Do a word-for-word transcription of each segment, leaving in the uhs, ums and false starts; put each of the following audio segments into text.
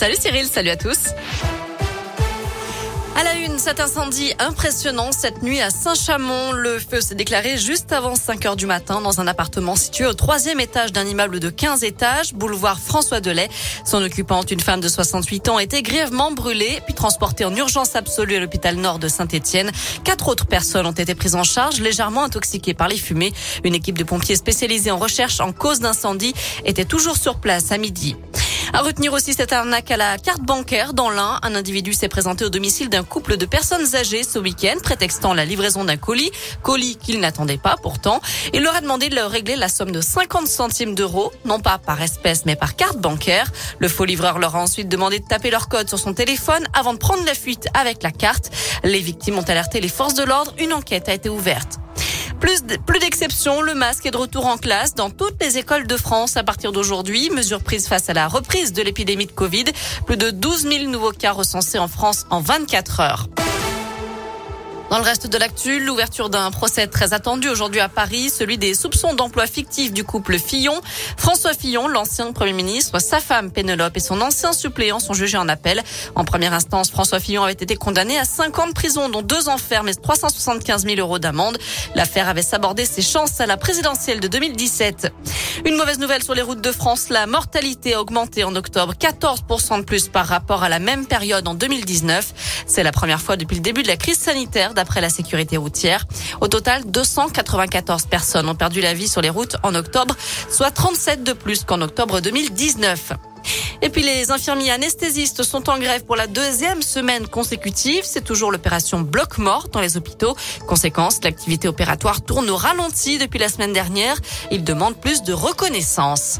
Salut Cyril, salut à tous. À la une, cet incendie impressionnant cette nuit à Saint-Chamond. Le feu s'est déclaré juste avant cinq heures du matin dans un appartement situé au troisième étage d'un immeuble de quinze étages, boulevard François Delay. Son occupante, une femme de soixante-huit ans, a été grièvement brûlée puis transportée en urgence absolue à l'hôpital Nord de Saint-Étienne. Quatre autres personnes ont été prises en charge, légèrement intoxiquées par les fumées. Une équipe de pompiers spécialisée en recherche en cause d'incendie était toujours sur place à midi. À retenir aussi cette arnaque à la carte bancaire dans l'Ain. Un individu s'est présenté au domicile d'un couple de personnes âgées ce week-end, prétextant la livraison d'un colis, colis qu'il n'attendait pas pourtant. Il leur a demandé de leur régler la somme de cinquante centimes d'euros, non pas par espèce mais par carte bancaire. Le faux livreur leur a ensuite demandé de taper leur code sur son téléphone avant de prendre la fuite avec la carte. Les victimes ont alerté les forces de l'ordre. Une enquête a été ouverte. Plus, plus d'exceptions, le masque est de retour en classe dans toutes les écoles de France à partir d'aujourd'hui. Mesure prise face à la reprise de l'épidémie de Covid. Plus de douze mille nouveaux cas recensés en France en vingt-quatre heures. Dans le reste de l'actu, l'ouverture d'un procès très attendu aujourd'hui à Paris, celui des soupçons d'emploi fictif du couple Fillon. François Fillon, l'ancien Premier ministre, sa femme Pénélope et son ancien suppléant sont jugés en appel. En première instance, François Fillon avait été condamné à cinq ans de prison, dont deux ans ferme et trois cent soixante-quinze mille euros d'amende. L'affaire avait sabordé ses chances à la présidentielle de deux mille dix-sept. Une mauvaise nouvelle sur les routes de France, la mortalité a augmenté en octobre, quatorze pour cent de plus par rapport à la même période en deux mille dix-neuf. C'est la première fois depuis le début de la crise sanitaire, d'après la sécurité routière. Au total, deux cent quatre-vingt-quatorze personnes ont perdu la vie sur les routes en octobre, soit trente-sept de plus qu'en octobre deux mille dix-neuf. Et puis les infirmiers anesthésistes sont en grève pour la deuxième semaine consécutive. C'est toujours l'opération bloc-mort dans les hôpitaux. Conséquence, l'activité opératoire tourne au ralenti depuis la semaine dernière. Ils demandent plus de reconnaissance.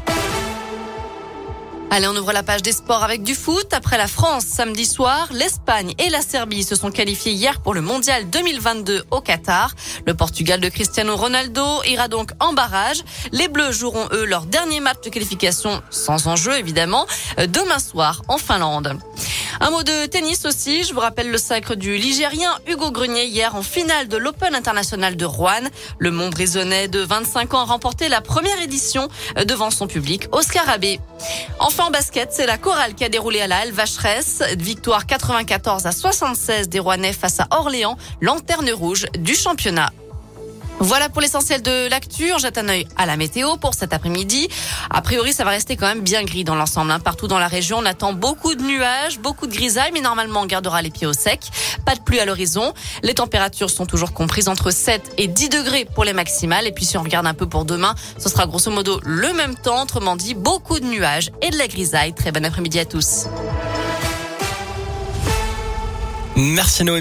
Allez, on ouvre la page des sports avec du foot. Après la France, samedi soir, l'Espagne et la Serbie se sont qualifiés hier pour le mondial deux mille vingt-deux au Qatar. Le Portugal de Cristiano Ronaldo ira donc en barrage. Les Bleus joueront, eux, leur dernier match de qualification, sans enjeu évidemment, demain soir en Finlande. Un mot de tennis aussi. Je vous rappelle le sacre du Ligérien Hugo Grenier hier en finale de l'Open international de Rouen. Le Montbrison de vingt-cinq ans a remporté la première édition devant son public au Scarabée. Enfin en basket, c'est la chorale qui a déroulé à la Halle Vacheresse. Victoire quatre-vingt-quatorze à soixante-seize des Rouennais face à Orléans, lanterne rouge du championnat. Voilà pour l'essentiel de l'actu. On jette un œil à la météo pour cet après-midi. A priori, ça va rester quand même bien gris dans l'ensemble. Hein. Partout dans la région, on attend beaucoup de nuages, beaucoup de grisailles, mais normalement, on gardera les pieds au sec. Pas de pluie à l'horizon. Les températures sont toujours comprises entre sept et dix degrés pour les maximales. Et puis, si on regarde un peu pour demain, ce sera grosso modo le même temps. Autrement dit, beaucoup de nuages et de la grisaille. Très bon après-midi à tous. Merci Noémie.